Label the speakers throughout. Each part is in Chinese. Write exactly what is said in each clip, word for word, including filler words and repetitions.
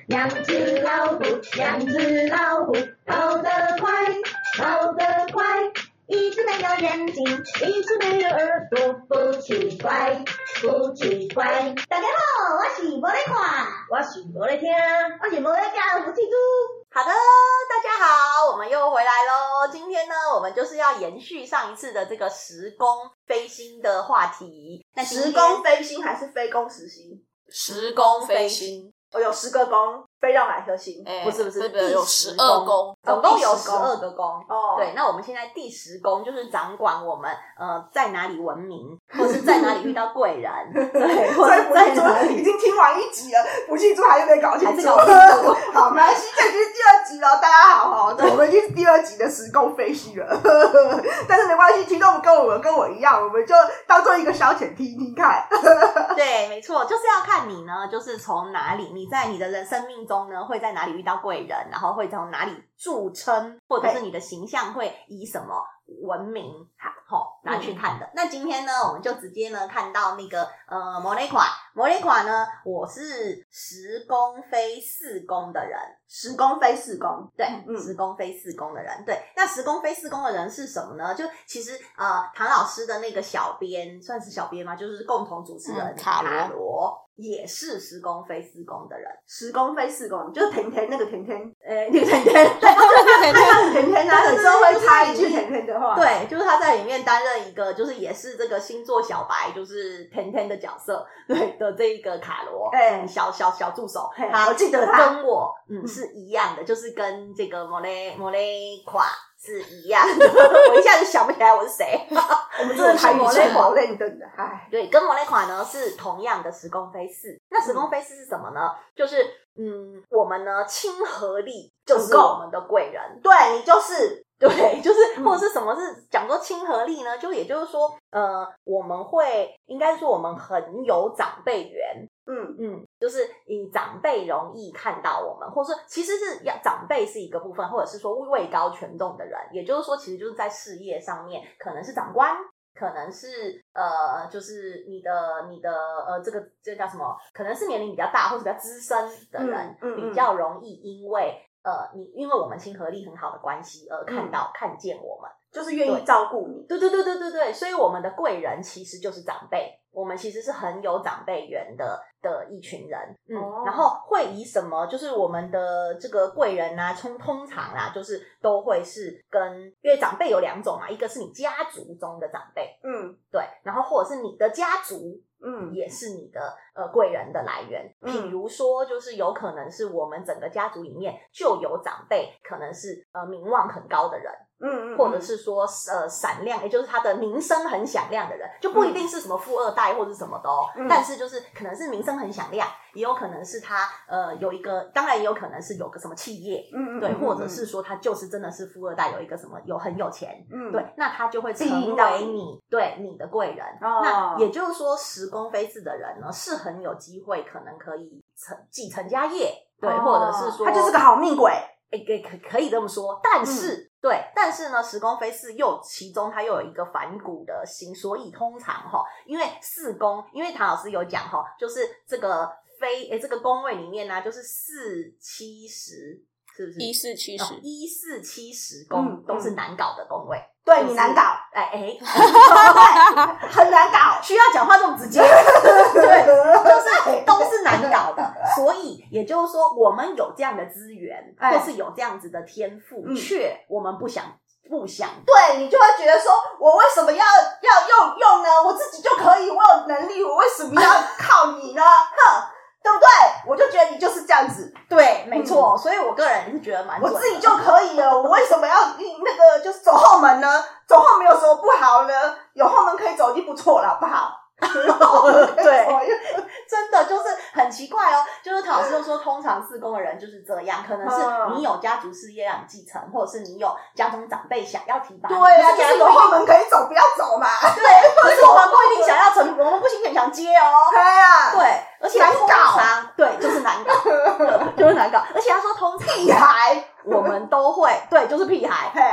Speaker 1: 两只老虎，两只老虎，跑得快，跑得快。一只没有眼睛，一只没有耳朵，不奇怪，不奇怪。大家好，我是没在看，我是没在听，我是没在教福气猪。
Speaker 2: 好的，大家好，我们又回来咯。今天呢，我们就是要延续上一次的这个时宫飞星的话题。那
Speaker 3: 时宫飞星还是飞宫时星？
Speaker 2: 时宫飞星。
Speaker 3: 哦，有十个宫，飞到哪颗星？
Speaker 2: 欸、不是不是，
Speaker 4: 对对，有十二宫，
Speaker 2: 总共有十二个宫。
Speaker 3: 哦，
Speaker 2: 对，那我们现在第十宫就是掌管我们呃在哪里闻名，或是在哪里遇到贵人，对，或者在哪里。
Speaker 3: 已经听完一集了，福气猪还是没搞清楚。
Speaker 2: 还是搞清楚。
Speaker 3: 好，没关系，这就是第二集了。大家好，我们已经是第二集的时宫飞星了，但是没关系，听众跟我们跟我一样，我们就当做一个消遣听听看。
Speaker 2: 对，没错，就是要看你呢，就是从哪里，你在你的人生命中呢，会在哪里遇到贵人，然后会从哪里著称，或者是你的形象会以什么闻名，好，拿去看的。嗯、那今天呢，我们就直接呢看到那个呃摩雷垮，摩雷垮呢，我是十宫飞四宫的人，
Speaker 3: 十宫飞四宫，
Speaker 2: 对，嗯、十宫飞四宫的人，对。那十宫飞四宫的人是什么呢？就其实呃，唐老师的那个小编算是小编吗？就是共同主持人、嗯、卡罗。卡罗也是十宫飞四宫的人，
Speaker 3: 十宫飞四宫就是甜甜那个甜甜，
Speaker 2: 呃，那个甜甜，对，
Speaker 3: 甜甜甜甜啊，有时候会插一句甜甜的话，
Speaker 2: 对，就是他在里面担任一个，就是也是这个星座小白，就是甜甜的角色，对的这一个卡罗，哎、欸，小小小助手，他
Speaker 3: 我记得他
Speaker 2: 跟我嗯是一样的，就是跟这个摩雷摩雷垮是一样的，我一下子想不起来我是谁，
Speaker 3: 我们真的台语是好认真的，哎，
Speaker 2: 对，跟摩雷垮呢是同样的十宫飞四，那十宫飞四是什么呢？就是嗯，我们呢亲和力就是我们的贵人，
Speaker 3: 对你就是
Speaker 2: 对，就是或者是什么是讲说亲和力呢？就也就是说，呃，我们会应该说我们很有长辈缘。嗯嗯，就是以长辈容易看到我们，或者说其实是要长辈是一个部分，或者是说位高权重的人，也就是说，其实就是在事业上面，可能是长官，可能是呃，就是你的你的呃，这个这个叫什么？可能是年龄比较大或者比较资深的人，嗯嗯嗯、比较容易因为呃，你因为我们亲和力很好的关系而看到、嗯、看见我们，
Speaker 3: 就是愿意照顾你。
Speaker 2: 对对对对对对，所以我们的贵人其实就是长辈。我们其实是很有长辈缘的的一群人，嗯，哦、然后会以什么？就是我们的这个贵人啊，通通常啊，就是都会是跟，因为长辈有两种嘛，一个是你家族中的长辈，嗯，对，然后或者是你的家族，嗯，也是你的呃贵人的来源。嗯、比如说，就是有可能是我们整个家族里面就有长辈，可能是呃名望很高的人。嗯, 嗯，或者是说呃闪亮，也就是他的名声很响亮的人，就不一定是什么富二代或者什么的哦，嗯、但是就是可能是名声很响亮，也有可能是他呃有一个，当然也有可能是有个什么企业，嗯嗯，对，或者是说他就是真的是富二代，有一个什么有很有钱，嗯，对，那他就会成为你对你的贵人。哦、那也就是说，十宫飞四的人呢，是很有机会可能可以成继承家业，对，哦、或者是说
Speaker 3: 他就是个好命鬼。
Speaker 2: 诶、欸，可可以这么说，但是、嗯、对，但是呢，十宫飞四又其中它又有一个反骨的星，所以通常哈，因为四宫，因为唐老师有讲哈，就是这个飞诶、欸，这个宫位里面呢、啊，就是四七十，是不是？
Speaker 4: 一四七十，
Speaker 2: 一四七十宫都是难搞的宫位。
Speaker 3: 对、就是、你难搞，
Speaker 2: 哎哎，
Speaker 3: 很难搞，
Speaker 2: 需要讲话这么直接，对，就是都是难搞的，所以也就是说，我们有这样的资源，哎、或是有这样子的天赋，嗯、却我们不想不想，
Speaker 3: 对你就会觉得说，我为什么要要用用呢？我自己就可以，我有能力，我为什么要靠你呢？哼。对不对？我就觉得你就是这样子，
Speaker 2: 对，没错。嗯、所以我个人是觉得蛮，
Speaker 3: 我自己就可以了。我为什么要那个就是走后门呢？走后门有什么不好呢？有后门可以走已经不错了，好不好？
Speaker 2: 对，真的就是很奇怪哦。就是唐老师就说，通常四宫的人就是这样，可能是你有家族事业让你继承，或者是你有家中长辈想要提拔。
Speaker 3: 对啊，就是有后门可以走，不要走嘛。
Speaker 2: 对，可是我们不一定想要成，我们不一定想接哦。
Speaker 3: 对啊，
Speaker 2: 对，而且通常对就是难搞，就是难搞。而且他说通常
Speaker 3: 屁孩，
Speaker 2: 我们都会对，就是屁孩。嘿。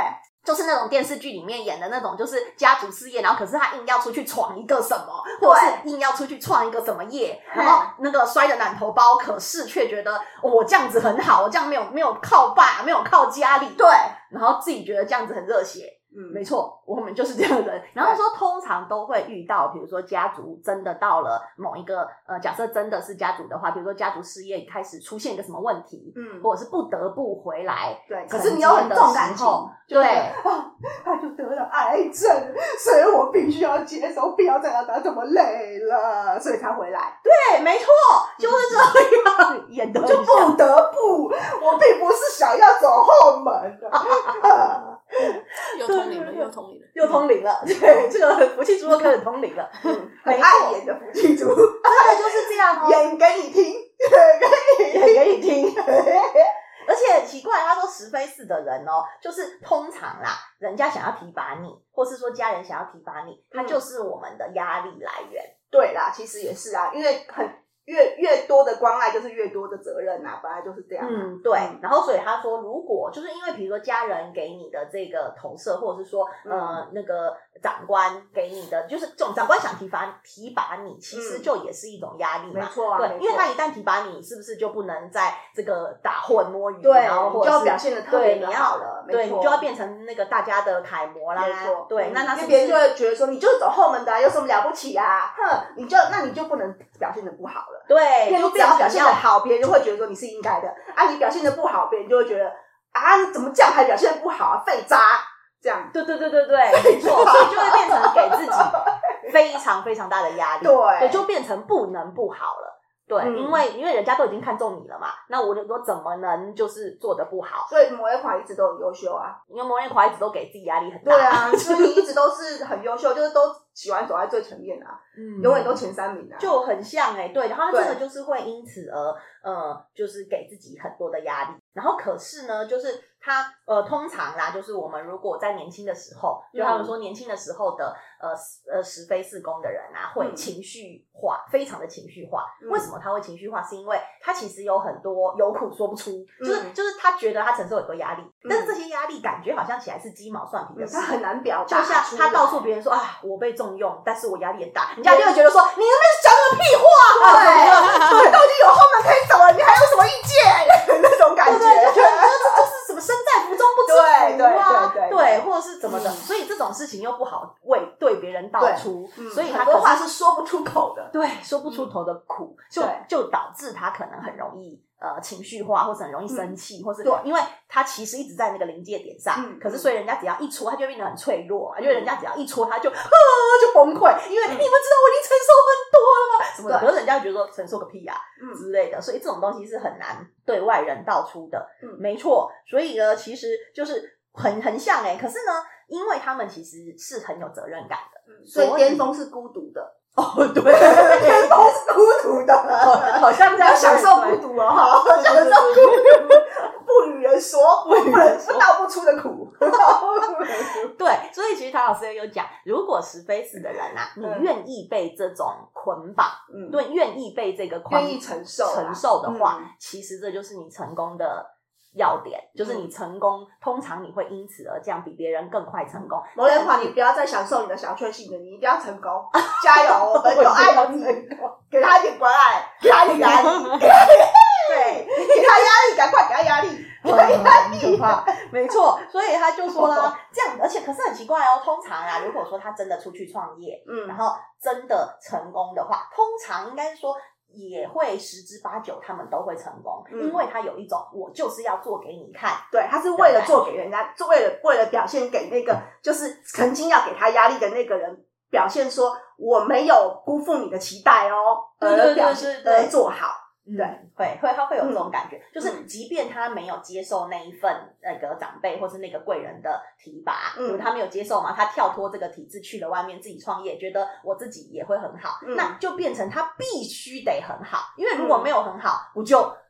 Speaker 2: 就是那种电视剧里面演的那种，就是家族事业，然后可是他硬要出去闯一个什么，或者是硬要出去创一个什么业，然后那个摔得满头包，可是却觉得、哦、我这样子很好，我这样没有没有靠爸，没有靠家里，
Speaker 3: 对，
Speaker 2: 然后自己觉得这样子很热血。嗯，没错，我们就是这样的人。然后说，通常都会遇到，比如说家族真的到了某一个呃，假设真的是家族的话，比如说家族事业开始出现一个什么问题，嗯，或者是不得不回来，
Speaker 3: 对，可是你有很重感情，
Speaker 2: 对，
Speaker 3: 啊，他就得了癌症，所以我必须要接受，不要再让他这么累了，所以才回来。
Speaker 2: 对，没错，就是这样演的，
Speaker 3: 就不得不，我并不是想要走后门的。啊
Speaker 4: 又通灵了，又通灵了，
Speaker 2: 又通灵了。对，这个福气猪又开始通灵了。
Speaker 3: 嗯，很爱演的福气猪，
Speaker 2: 真的就是这样哦，
Speaker 3: 演给你听，
Speaker 2: 演给你听。而且很奇怪，他说十非四的人哦，就是通常啦，人家想要提拔你，或是说家人想要提拔你，他就是我们的压力来源。嗯、
Speaker 3: 对啦，其实也是啊，因为很。越越多的关爱就是越多的责任啊，本来就是这样、啊。
Speaker 2: 嗯，对。然后所以他说，如果就是因为比如说家人给你的这个投射，或者是说、嗯、呃那个长官给你的，就是这种长官想提拔提拔你，其实就也是一种压力嘛。
Speaker 3: 没错啊，
Speaker 2: 对，因为他一旦提拔你，是不是就不能在这个打混摸鱼，
Speaker 3: 对，
Speaker 2: 然后或者是
Speaker 3: 就要表现的特别的好了，
Speaker 2: 对，你就要变成那个大家的楷模啦。
Speaker 3: 没错，
Speaker 2: 对，那那是
Speaker 3: 因为别人就会觉得说，你就是走后门的、啊，有什么了不起啊？哼，你就那你就不能表现的不好了。
Speaker 2: 对，
Speaker 3: 你只要表现的好，别人就会觉得说你是应该的啊；你表现的不好，别人就会觉得啊，你怎么这样还表现的不好啊，废渣！这样，
Speaker 2: 对对对对对，没错，所以就会变成给自己非常非常大的压力，
Speaker 3: 对，
Speaker 2: 对，就变成不能不好了。对、嗯，因为因为人家都已经看中你了嘛，那我我怎么能就是做得不好？
Speaker 3: 所以摩耶垮一直都很优秀啊，
Speaker 2: 因为摩耶垮一直都给自己压力很大。
Speaker 3: 对啊，所以你一直都是很优秀，就是都喜欢走在最前面啊，嗯，永远都前三名啊，
Speaker 2: 就很像哎、欸，对，然后他真的就是会因此而呃，就是给自己很多的压力。然后可是呢，就是他呃，通常啦，就是我们如果在年轻的时候，就他们说年轻的时候的呃呃十非四宫的人啊，会情绪化，嗯、非常的情绪化。嗯、为什么他会情绪化？是因为他其实有很多有苦说不出，就是、嗯、就是他觉得他承受很多压力，嗯、但是这些压力感觉好像起来是鸡毛蒜皮的事，
Speaker 3: 他很难表达。
Speaker 2: 就像他告诉别人说啊，我被重用，但是我压力很大，人家就会觉得说你那边讲个屁话，
Speaker 3: 对，对，都已经有后门可以走了，你还有什么意见？那种感觉，
Speaker 2: 对，就觉得这就是什么身在福中不知福啊，
Speaker 3: 对对对
Speaker 2: 对，或者是怎么的，嗯、所以这种事情又不好为对别人道出，
Speaker 3: 嗯、
Speaker 2: 所以他
Speaker 3: 很多话是说不出口的，
Speaker 2: 对，说不出口的苦，嗯、就就导致他可能很容易。呃，情绪化，或是很容易生气，嗯、或是因为他其实一直在那个临界点上，嗯、可是所以人家只要一戳，他就变得很脆弱，嗯、因为人家只要一戳，他就啊就崩溃，因为你们知道我已经承受很多了吗？什么的，可是人家觉得说承受个屁呀、啊嗯、之类的，所以这种东西是很难对外人道出的。嗯，没错，所以呢，其实就是很很像哎、欸，可是呢，因为他们其实是很有责任感的，
Speaker 3: 嗯、所以巅峰是孤独的。
Speaker 2: 哦，对，
Speaker 3: 巅峰是孤独的，
Speaker 2: 好像这样
Speaker 3: 享受孤独哦，哈，享受孤独，不与人说，不与人说，道不出的苦。
Speaker 2: 对，所以其实唐老师也有讲，如果十非四的人啊，你愿意被这种捆绑，嗯，对，愿意被这个
Speaker 3: 愿意承受
Speaker 2: 承受的话，嗯、其实这就是你成功的。要点就是你成功，嗯、通常你会因此而这样比别人更快成功。
Speaker 3: 摩耶垮，你不要再享受你的小确幸了，你一定要成功，加油！我们有爱你，给他一点关爱，给他一点压力，给他对，给他压力，赶快给他压力，给他压力，
Speaker 2: 可怕，没错。所以他就说啦，这样，而且可是很奇怪哦，通常啊，如果说他真的出去创业，嗯，然后真的成功的话，通常应该是说。也会十之八九他们都会成功，嗯、因为他有一种我就是要做给你看，
Speaker 3: 对，他是为了做给人家，为了为了表现给那个就是曾经要给他压力的那个人，表现说我没有辜负你的期待哦，而表现而做好。对，
Speaker 2: 会会他会有这种感觉，嗯、就是即便他没有接受那一份那个长辈或是那个贵人的提拔，嗯，他没有接受嘛，他跳脱这个体制去了外面自己创业，觉得我自己也会很好，嗯、那就变成他必须得很好，因为如果没有很好，不就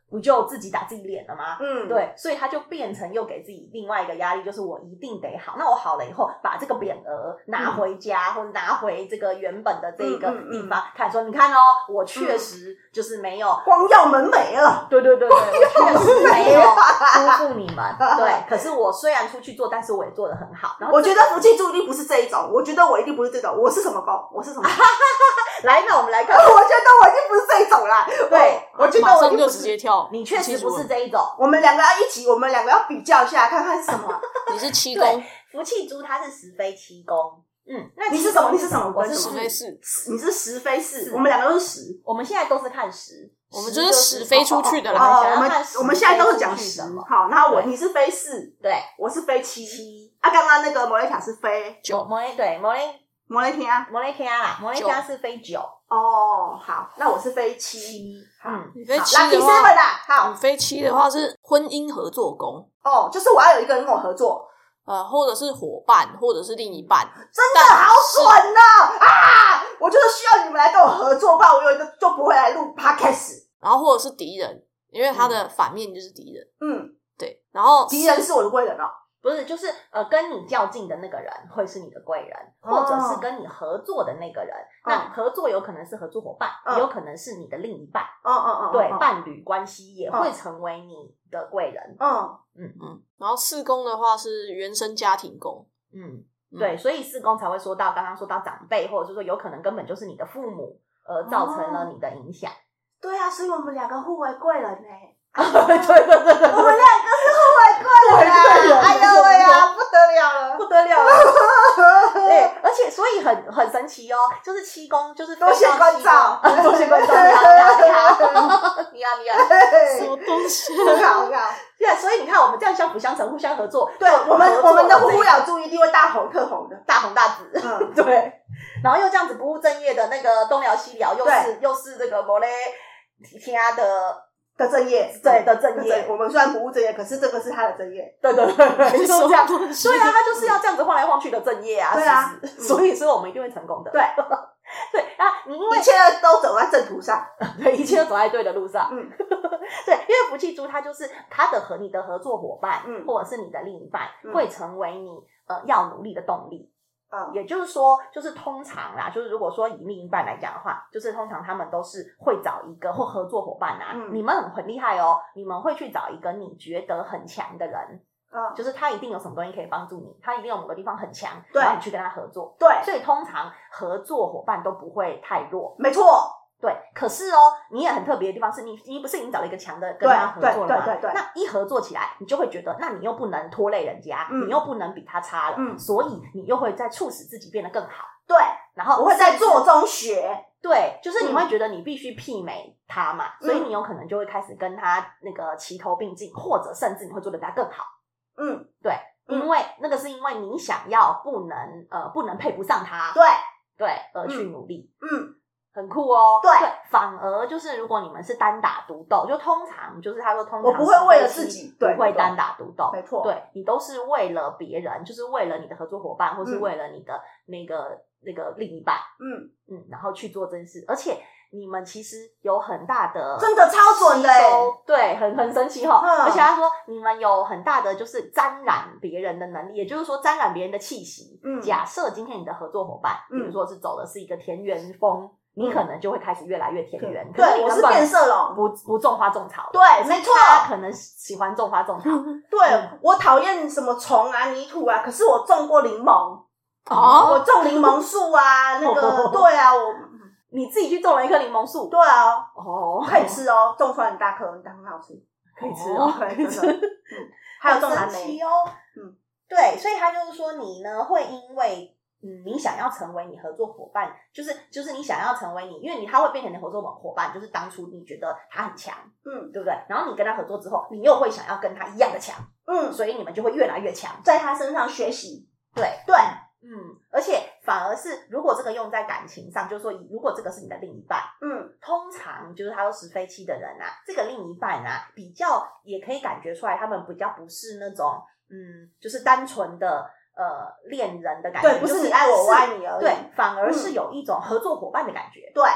Speaker 2: 不就自己打自己脸了吗？
Speaker 3: 嗯，
Speaker 2: 对，所以他就变成又给自己另外一个压力，就是我一定得好。那我好了以后，把这个匾额拿回家，嗯、或者拿回这个原本的这个地方，嗯嗯嗯、看说你看哦，我确实就是没有、
Speaker 3: 嗯、光耀门楣了。
Speaker 2: 对对对对，我确实没有辜负你们。对，可是我虽然出去做，但是我也做得很好。然后
Speaker 3: 我觉得福气猪一定不是这一种，我觉得我一定不是这种，我是什么宫？我是什么？
Speaker 2: 来，那我们来看。
Speaker 3: 我觉得我一定不是这一种啦。对，我觉得我一定
Speaker 4: 就直接跳。
Speaker 2: 你确实不是这一种。
Speaker 3: 我们两个要一起，我们两个要比较一下，看看是什么。
Speaker 4: 你是七宫，
Speaker 2: 福气猪它是十非七宫。嗯，那
Speaker 3: 你是什么？你是什么？
Speaker 2: 我是
Speaker 4: 十非四。
Speaker 3: 你是十非四，我们两个都是十。
Speaker 2: 我们现在都是看十，
Speaker 4: 我们就是十飞出去的啦。
Speaker 3: 哦，我们我们现在都是讲十。好，然后我你是飞四，
Speaker 2: 对，
Speaker 3: 我是飞七。七啊，刚刚那个摩雷卡是飞
Speaker 2: 九，摩雷对摩雷
Speaker 3: 摩雷天啊，
Speaker 2: 摩雷天啦，摩雷天是飞九。
Speaker 3: 哦，好，那我是飞七。
Speaker 4: 嗯，你飞七的
Speaker 3: 话，好，
Speaker 4: 你飞七的话是婚姻合作宫。
Speaker 3: 哦，就是我要有一个人跟我合作。
Speaker 4: 呃，或者是伙伴，或者是另一半，
Speaker 3: 真的好准哦！啊，我就是需要你们来跟我合作，不然我有一个就不会来录 podcast。
Speaker 4: 然后或者是敌人，因为他的反面就是敌人。
Speaker 3: 嗯，
Speaker 4: 对。然后
Speaker 3: 敌人是我的贵人哦，
Speaker 2: 不是，就是呃，跟你较劲的那个人会是你的贵人，或者是跟你合作的那个人。哦、那合作有可能是合作伙伴，嗯、也有可能是你的另一半。
Speaker 3: 嗯嗯嗯，
Speaker 2: 对，嗯、伴侣关系也会成为你的贵人。
Speaker 3: 嗯
Speaker 4: 嗯嗯。然后四宫的话是原生家庭宫。
Speaker 2: 嗯，对，所以四宫才会说到刚刚说到长辈，或者是说有可能根本就是你的父母，而造成了你的影响。哦、
Speaker 3: 对啊，所以我们两个互为贵人呢、欸。
Speaker 2: 对对对对对，
Speaker 3: 我们两个是互为贵人啊！哎呦喂呀，不得了了，
Speaker 2: 不得了了！对，而且所以很很神奇哦，就是七宫就是
Speaker 3: 多谢关照，
Speaker 2: 多谢关照，你好你好你好，你好你好，
Speaker 4: 什么东西？
Speaker 3: 很好很好。
Speaker 2: 对，所以你看我们这样相辅相成，互相合作。
Speaker 3: 对，我们我们的呼呼咬猪一定会大红特红的，
Speaker 2: 大红大紫。嗯，对。然后又这样子不务正业的那个东聊西聊，又是又是这个摩雷天的。
Speaker 3: 的正业，
Speaker 2: 对的正业，
Speaker 3: 我们虽然不务正业，可是这个是他的正业。
Speaker 2: 对对对，就是这样。对啊，他就是要这样子晃来晃去的正业啊。
Speaker 3: 对啊，
Speaker 2: 所以说我们一定会成功的。
Speaker 3: 对
Speaker 2: 对啊，你因为
Speaker 3: 一切都走在正途上，
Speaker 2: 对，一切都走在对的路上。
Speaker 3: 嗯，
Speaker 2: 对，因为福气猪它就是它的和你的合作伙伴，嗯，或者是你的另一半，
Speaker 3: 嗯、
Speaker 2: 会成为你呃要努力的动力。
Speaker 3: 嗯，
Speaker 2: 也就是说，就是通常啦，就是如果说以另一半来讲的话，就是通常他们都是会找一个或合作伙伴啊，嗯、你们很很厉害哦，你们会去找一个你觉得很强的人，
Speaker 3: 嗯，
Speaker 2: 就是他一定有什么东西可以帮助你，他一定有某个地方很强，
Speaker 3: 对，
Speaker 2: 然后你去跟他合作，
Speaker 3: 对，
Speaker 2: 所以通常合作伙伴都不会太弱，
Speaker 3: 没错。
Speaker 2: 对，可是哦，你也很特别的地方是你，你不是已经找了一个强的跟他合作了吗？
Speaker 3: 对对 对, 对, 对，
Speaker 2: 那一合作起来，你就会觉得，那你又不能拖累人家，嗯、你又不能比他差了，嗯，所以你又会再促使自己变得更好。
Speaker 3: 对，
Speaker 2: 然后
Speaker 3: 我会在做中学。
Speaker 2: 对，就是你会觉得你必须媲美他嘛，
Speaker 3: 嗯、
Speaker 2: 所以你有可能就会开始跟他那个齐头并进，或者甚至你会做得比他更好。
Speaker 3: 嗯，
Speaker 2: 对，因为、嗯、那个是因为你想要不能呃不能配不上他，
Speaker 3: 对
Speaker 2: 对，而去努力。
Speaker 3: 嗯。
Speaker 2: 很酷哦，
Speaker 3: 对，
Speaker 2: 对，反而就是如果你们是单打独斗，就通常就是他说通常
Speaker 3: 我不会为了自己，
Speaker 2: 不会单打独斗，
Speaker 3: 没错，
Speaker 2: 对你都是为了别人，就是为了你的合作伙伴，或是为了你的那个、嗯、那个另一半，
Speaker 3: 嗯
Speaker 2: 嗯，然后去做这件事，而且你们其实有很大的，
Speaker 3: 真的超准的耶，
Speaker 2: 对，很很神奇哈、哦
Speaker 3: 嗯，
Speaker 2: 而且他说你们有很大的就是沾染别人的能力，也就是说沾染别人的气息。
Speaker 3: 嗯，
Speaker 2: 假设今天你的合作伙伴，比如说是走的是一个田园风。你可能就会开始越来越田园，
Speaker 3: 对，可是我是变色龙，
Speaker 2: 不不种花种草，
Speaker 3: 对，没错，
Speaker 2: 他可能喜欢种花种草，
Speaker 3: 对、嗯、我讨厌什么虫啊、泥土啊，可是我种过柠檬，
Speaker 2: 哦，
Speaker 3: 我种柠檬树啊，那个，对啊，我
Speaker 2: 你自己去种了一棵柠檬树，
Speaker 3: 对啊，
Speaker 2: 哦，
Speaker 3: 可以吃哦，种出来很大颗，很好吃，
Speaker 2: 可以吃哦，
Speaker 3: 可以吃，嗯，还有种蓝莓
Speaker 2: 哦，嗯，对，所以他就是说你呢会因为。嗯，你想要成为你合作伙伴，就是就是你想要成为你，因为你他会变成你的合作伙伴，就是当初你觉得他很强，
Speaker 3: 嗯，
Speaker 2: 对不对？然后你跟他合作之后，你又会想要跟他一样的强，
Speaker 3: 嗯，
Speaker 2: 所以你们就会越来越强，
Speaker 3: 在他身上学习，
Speaker 2: 对
Speaker 3: 对，
Speaker 2: 嗯，而且反而是如果这个用在感情上，就是说如果这个是你的另一半，
Speaker 3: 嗯，
Speaker 2: 通常就是他说十非七的人啊，这个另一半啊，比较也可以感觉出来，他们比较不是那种嗯，就是单纯的。呃，恋人的感觉，
Speaker 3: 对，不是你爱我，我爱你而已，
Speaker 2: 对，反而是有一种合作伙伴的感觉，
Speaker 3: 对，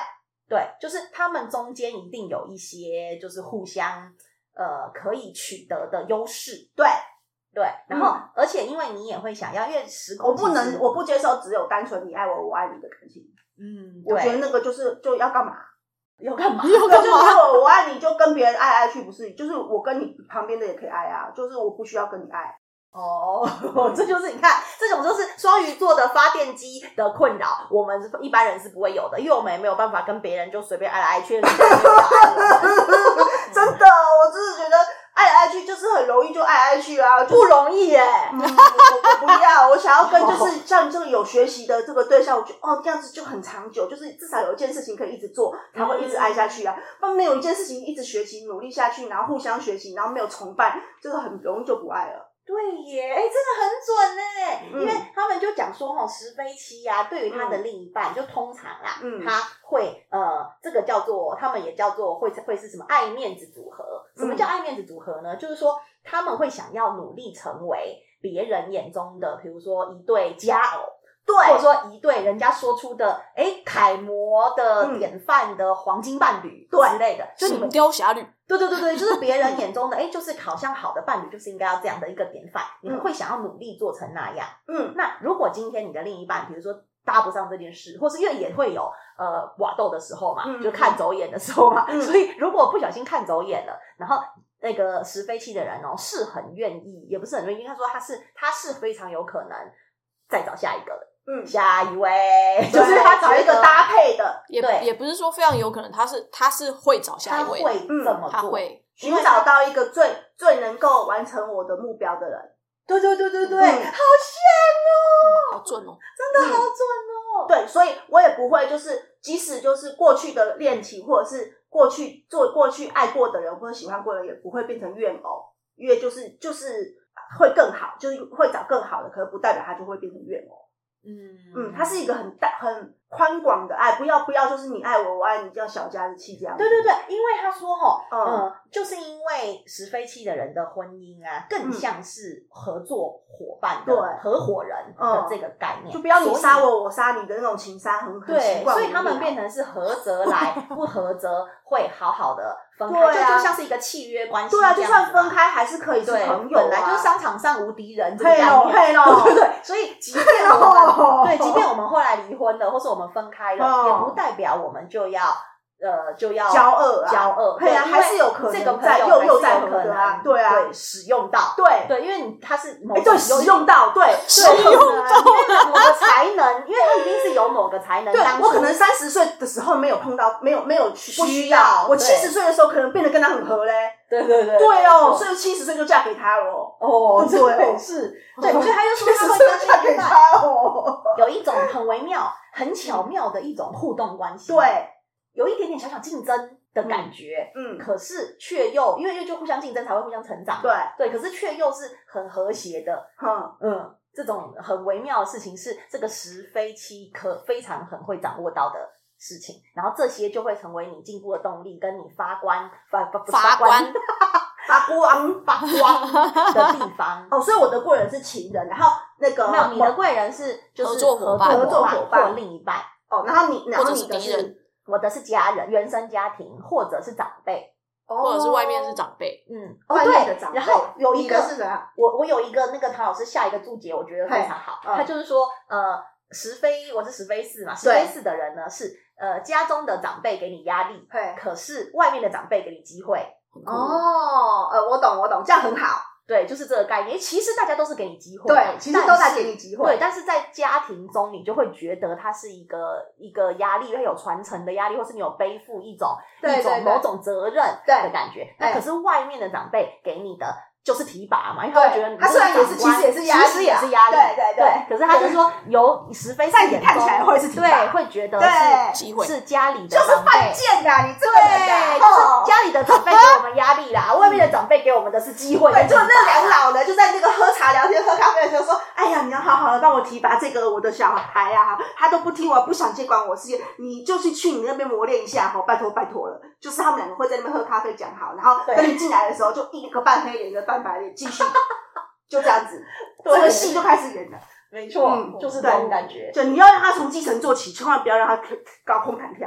Speaker 2: 对，就是他们中间一定有一些就是互相呃可以取得的优势。
Speaker 3: 对
Speaker 2: 对，然后、
Speaker 3: 嗯、
Speaker 2: 而且因为你也会想要，因为时空
Speaker 3: 我不能我不接受只有单纯你爱我我爱你的感情。
Speaker 2: 嗯，
Speaker 3: 我觉得那个就是就要干嘛？
Speaker 2: 要干嘛？
Speaker 4: 要干嘛？
Speaker 3: 就是我我爱你就跟别人爱爱去，不是？就是我跟你旁边的也可以爱啊，就是我不需要跟你爱。
Speaker 2: 哦，这就是你看，这种就是双鱼座的发电机的困扰，我们一般人是不会有的，因为我们也没有办法跟别人就随便爱来爱去，人家没有要爱我们
Speaker 3: 真的，我真的觉得爱来爱去就是很容易就爱爱去啊，
Speaker 2: 不容易耶。
Speaker 3: 嗯，我我不要，我想要跟就是像你这个有学习的这个对象，我觉得哦这样子就很长久，就是至少有一件事情可以一直做，才会一直爱下去啊。那、嗯、没有一件事情一直学习努力下去，然后互相学习，然后没有崇拜，就是很容易就不爱了。
Speaker 2: 对耶，哎，真的很准耶、嗯、因为他们就讲说齁，十飞七啊，对于他的另一半、嗯、就通常啦，嗯、他会呃，这个叫做他们也叫做会会是什么爱面子组合？什么叫爱面子组合呢？嗯、就是说他们会想要努力成为别人眼中的，比如说一对佳偶。对，或者说一对人家说出的哎楷模的典范的黄金伴侣之类的，
Speaker 4: 就你们雕侠侣，
Speaker 2: 对对对对，就是别人眼中的哎，就是好像好的伴侣就是应该要这样的一个典范，你们会想要努力做成那样。嗯，那如果今天你的另一半，比如说搭不上这件事，或是因为也会有呃瓦斗的时候嘛，嗯、就看走眼的时候嘛，嗯、所以如果不小心看走眼了，然后那个十飞七的人哦是很愿意，也不是很愿意，他说他是他是非常有可能再找下一个的。嗯，下一位就是他找一个搭配的，
Speaker 4: 也也不是说非常有可能，他是他是会找下一位，
Speaker 2: 他会这么做，
Speaker 4: 他会
Speaker 3: 寻找到一个最最能够完成我的目标的人。
Speaker 2: 对对对对对，嗯、好像哦、
Speaker 4: 嗯，好准哦，
Speaker 2: 真的好准哦。
Speaker 3: 嗯、对，所以我也不会就是即使就是过去的恋情，或者是过去做过去爱过的人或者喜欢过的人，也不会变成怨偶，因为就是就是会更好，就是会找更好的，可是不代表他就会变成怨偶。嗯嗯，它是一个很大很宽广的爱，不要不要就是你爱我我爱你，叫小家子气这样子。
Speaker 2: 对对对，因为他说齁，嗯、呃，就是因为十飞七的人的婚姻啊，更像是合作伙伴的、嗯、合伙人的这个概念，
Speaker 3: 嗯、就不要你杀我我杀你的那种情杀，很很奇怪。
Speaker 2: 所以他们变成是合则来，不合则会好好的分开，
Speaker 3: 对啊、
Speaker 2: 就就像是一个契约关系。
Speaker 3: 对啊，就算分开还是可以是朋友、啊，
Speaker 2: 本来就是商场上无敌人这个概念，
Speaker 3: 对咯
Speaker 2: 对对对。所以即便我们对，即便我们后来离婚了，或是我们分开了，哦、也不代表我们就要呃就要
Speaker 3: 交恶啊，
Speaker 2: 交恶。
Speaker 3: 对啊，还是有可能
Speaker 2: 这个
Speaker 3: 在又又在合的啊，对啊，
Speaker 2: 对，使用到，
Speaker 3: 对
Speaker 2: 对，因为你他是某
Speaker 3: 哎对使用到，对
Speaker 2: 使用到，因为某个才能，因为他一定是有某个才能。
Speaker 3: 对，我可能三十岁的时候没有碰到，没有没有不需要，我七十岁的时候可能变得跟他很合嘞。
Speaker 2: 对对对，
Speaker 3: 对哦，所以七十岁就嫁给他了
Speaker 2: 哦，对，是，对，所以他就说他会
Speaker 3: 嫁给他哦，
Speaker 2: 有一种很微妙、很巧妙的一种互动关系，
Speaker 3: 对，
Speaker 2: 有一点点小小竞争的感觉，嗯，可是却又因为就互相竞争才会互相成长，
Speaker 3: 对
Speaker 2: 对，可是却又是很和谐的，嗯嗯，这种很微妙的事情是这个十飞七可非常很会掌握到的事情，然后这些就会成为你进步的动力，跟你发光发发
Speaker 4: 发光
Speaker 3: 发光
Speaker 2: 发光的地方。
Speaker 3: 哦，所以我的贵人是情人，然后那个
Speaker 2: 没有你的贵人是就是
Speaker 4: 合作伙伴
Speaker 3: 合作伙伴
Speaker 2: 或另一半。
Speaker 3: 哦，然后你然后你的
Speaker 4: 是
Speaker 2: 我的是家人、原生家庭或者是长辈。
Speaker 4: 或者是外面是长辈，
Speaker 2: 嗯，
Speaker 3: 外面的长辈。
Speaker 2: 然后有一个
Speaker 3: 是怎样？
Speaker 2: 我我有一个那个唐老师下一个注解，我觉得非常好。嗯、他就是说，呃，十飞我是十飞四嘛，十飞四的人呢是呃家中的长辈给你压力，可是外面的长辈给你机会。
Speaker 3: 哦，呃，我懂我懂，这样很好。
Speaker 2: 对，就是这个概念。其实大家都是给你机会，
Speaker 3: 对，其实都在给你机会。
Speaker 2: 对，但是在家庭中，你就会觉得它是一个一个压力，会有传承的压力，或是你有背负一种
Speaker 3: 对对对
Speaker 2: 一种某种责任的感觉。那可是外面的长辈给你的就是提拔嘛，因为他会觉得你
Speaker 3: 他虽然也是其实也是压力，
Speaker 2: 其实也是压力，
Speaker 3: 对对对。
Speaker 2: 可是他就说由十飞四眼中
Speaker 3: 看起来会是提拔，
Speaker 2: 对，会觉得是机会，是家里的
Speaker 3: 就是犯贱的，你这个人
Speaker 2: 对，就是家里的长辈给我们压力啦，外面的长辈给我们的是机会。
Speaker 3: 对，就那两老呢，就在那个喝茶聊天、喝咖啡的时候说：“哎呀，你要好好的帮我提拔这个我的小孩啊，他都不听我，不想接管我事业，你就去去你那边磨练一下哈，拜托拜托了。”就是他们两个会在那边喝咖啡讲好，然后等你进来的时候，就一个半黑脸一个半白脸，继续就这样子，这个戏就开始演了。
Speaker 2: 没错，嗯，就是这种感觉。
Speaker 3: 就你要让他从基层做起，千万不要让他高空弹跳。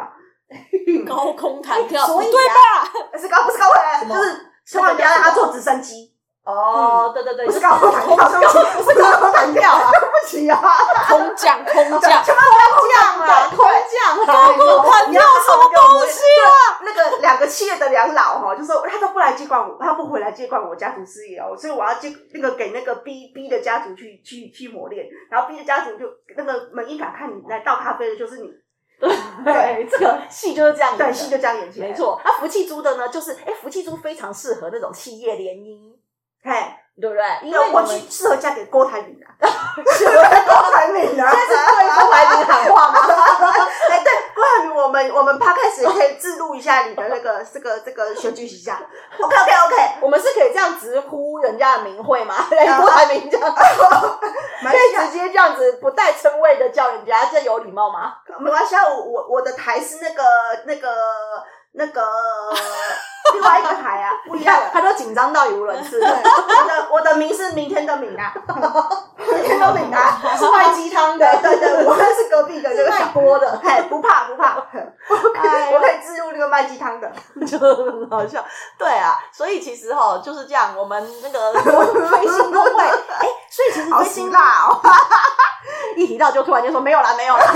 Speaker 4: 高空弹跳，
Speaker 2: 所以啊
Speaker 4: 对吧？
Speaker 3: 是高不是高回，就是千万不要让他坐直升机。
Speaker 2: 哦，对对对，
Speaker 3: 不是高空弹跳，对不起，不是高空弹跳啊，对不起啊，
Speaker 4: 空降空降，
Speaker 3: 千万不要空降啊，
Speaker 2: 空降
Speaker 4: 高空弹跳什么东西啊？
Speaker 3: 那个两个企业的两老哈，就说他都不来接管我，他不回来接管我家族事业哦，所以我要接那个给那个 B B 的家族去去去磨练，然后 B 的家族就那个门一打看你来倒咖啡的就是你。
Speaker 2: 对，这个戏就是这样演的，
Speaker 3: 对，戏就这样演起来，
Speaker 2: 没错。那福气猪的呢，就是哎，福气猪非常适合那种企业联姻，
Speaker 3: 嘿，
Speaker 2: 对不对？因为
Speaker 3: 我去适合嫁给郭台铭啊，适合郭台铭啊，
Speaker 2: 现在是对郭台铭喊话吗？
Speaker 3: 哎，对，郭台铭，我们我们 podcast 也可以置入一下你的那个这个这个选举形象。OK OK OK，
Speaker 2: 我们是可以这样直呼人家的名讳吗？来郭台铭这样，可以直接这样子不带称谓的叫人家，这有礼貌吗？
Speaker 3: 没关系啊，我我我的台是那个那个那个另外一个台啊，不一样的。
Speaker 2: 他都紧张到语无伦次。
Speaker 3: 我的我的名是明天的明啊，明天的明啊，
Speaker 2: 是卖鸡汤的，
Speaker 3: 对对，我是隔壁的这个
Speaker 2: 卖锅的，
Speaker 3: 嘿，不怕不怕，我可以置入那个卖鸡汤的，
Speaker 2: 就很好笑。对啊，所以其实哈就是这样，我们那个飞星公会，哎，所以其实
Speaker 3: 好
Speaker 2: 飞星
Speaker 3: 辛辣哦，
Speaker 2: 一提到就突然间说没有啦没有啦。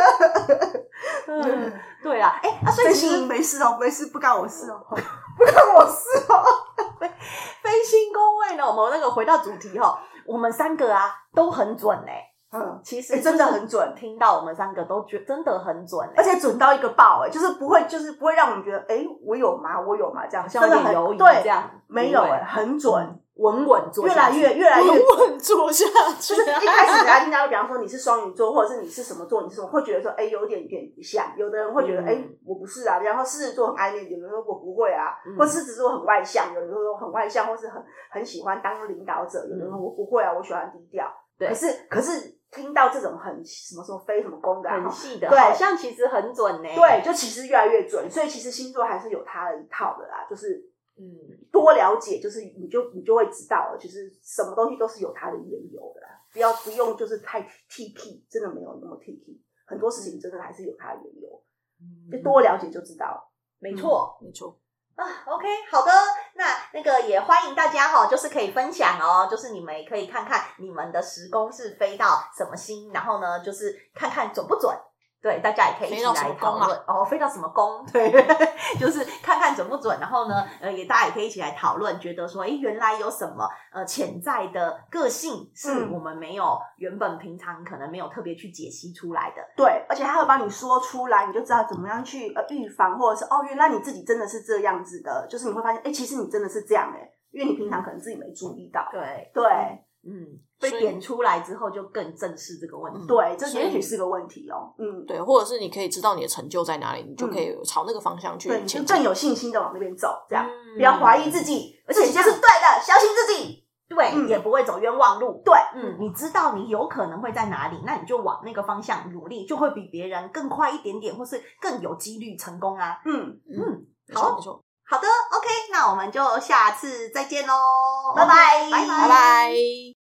Speaker 2: 嗯，对啊，哎，啊，所以其实
Speaker 3: 没事哦，没事，不干我事哦，不干我事哦。
Speaker 2: 飞星公会呢，我们那个回到主题哈，我们三个啊都很准哎。
Speaker 3: 嗯，
Speaker 2: 其实
Speaker 3: 真的很准，
Speaker 2: 听到我们三个都觉得真的很准，
Speaker 3: 而且准到一个爆哎，就是不会，就是不会让我们觉得哎，我有吗？我有吗？这样
Speaker 2: 像有点犹豫这样，
Speaker 3: 没有哎，很准，
Speaker 2: 稳稳做，
Speaker 3: 越来越越来越
Speaker 4: 稳做下去。
Speaker 3: 就是一开始人家听到，比方说你是双鱼座，或者是你是什么座，你是什么，会觉得说哎，有点点不像。有的人会觉得哎，我不是啊。比方说狮子座很爱面子，有人说我不会啊，或狮子座很外向，有人说很外向，或是很很喜欢当领导者，有人说我不会啊，我喜欢低调。可是可是。听到这种很什么什么飞什么宫的、啊、
Speaker 2: 很细的，
Speaker 3: 对，
Speaker 2: 好像其实很准呢、欸。
Speaker 3: 对，就其实越来越准，所以其实星座还是有它的一套的啦，就是
Speaker 2: 嗯，
Speaker 3: 多了解，就是你就你就会知道了，就是什么东西都是有它的缘由的啦，不要不用就是太 T K， 真的没有那么 T K， 很多事情真的还是有它的缘由，嗯、就多了解就知道了。
Speaker 2: 没错，
Speaker 4: 嗯、没错。
Speaker 2: 啊 ，OK， 好的，那那个也欢迎大家哈、哦，就是可以分享哦，就是你们也可以看看你们的时宫是飞到什么星，然后呢，就是看看准不准。对，大家也可以一起来讨论哦，飞到什么宫？对，就是看看准不准。然后呢，呃，也大家也可以一起来讨论，觉得说，哎，原来有什么呃潜在的个性是我们没有、嗯、原本平常可能没有特别去解析出来的。
Speaker 3: 对，而且他会帮你说出来，你就知道怎么样去呃预防，或者是哦，原来你自己真的是这样子的，就是你会发现，哎，其实你真的是这样哎，因为你平常可能自己没注意到。
Speaker 2: 对
Speaker 3: 对。
Speaker 2: 嗯，被点出来之后就更正视这个问题。
Speaker 3: 嗯、对，这也许是个问题哦。嗯，
Speaker 4: 对，或者是你可以知道你的成就在哪里，你就可以朝那个方向去前进，
Speaker 3: 对，就更有信心的往那边走，这样、嗯、不要怀疑自己，而且这是对的，相信自己。
Speaker 2: 对、嗯，也不会走冤枉路。
Speaker 3: 对，
Speaker 2: 嗯，你知道你有可能会在哪里，那你就往那个方向努力，就会比别人更快一点点，或是更有几率成功啊。
Speaker 3: 嗯
Speaker 2: 嗯，
Speaker 4: 好，没错。
Speaker 2: 好的 ，OK， 那我们就下次再见喽，
Speaker 3: 拜拜，
Speaker 2: 拜拜，
Speaker 4: 拜拜。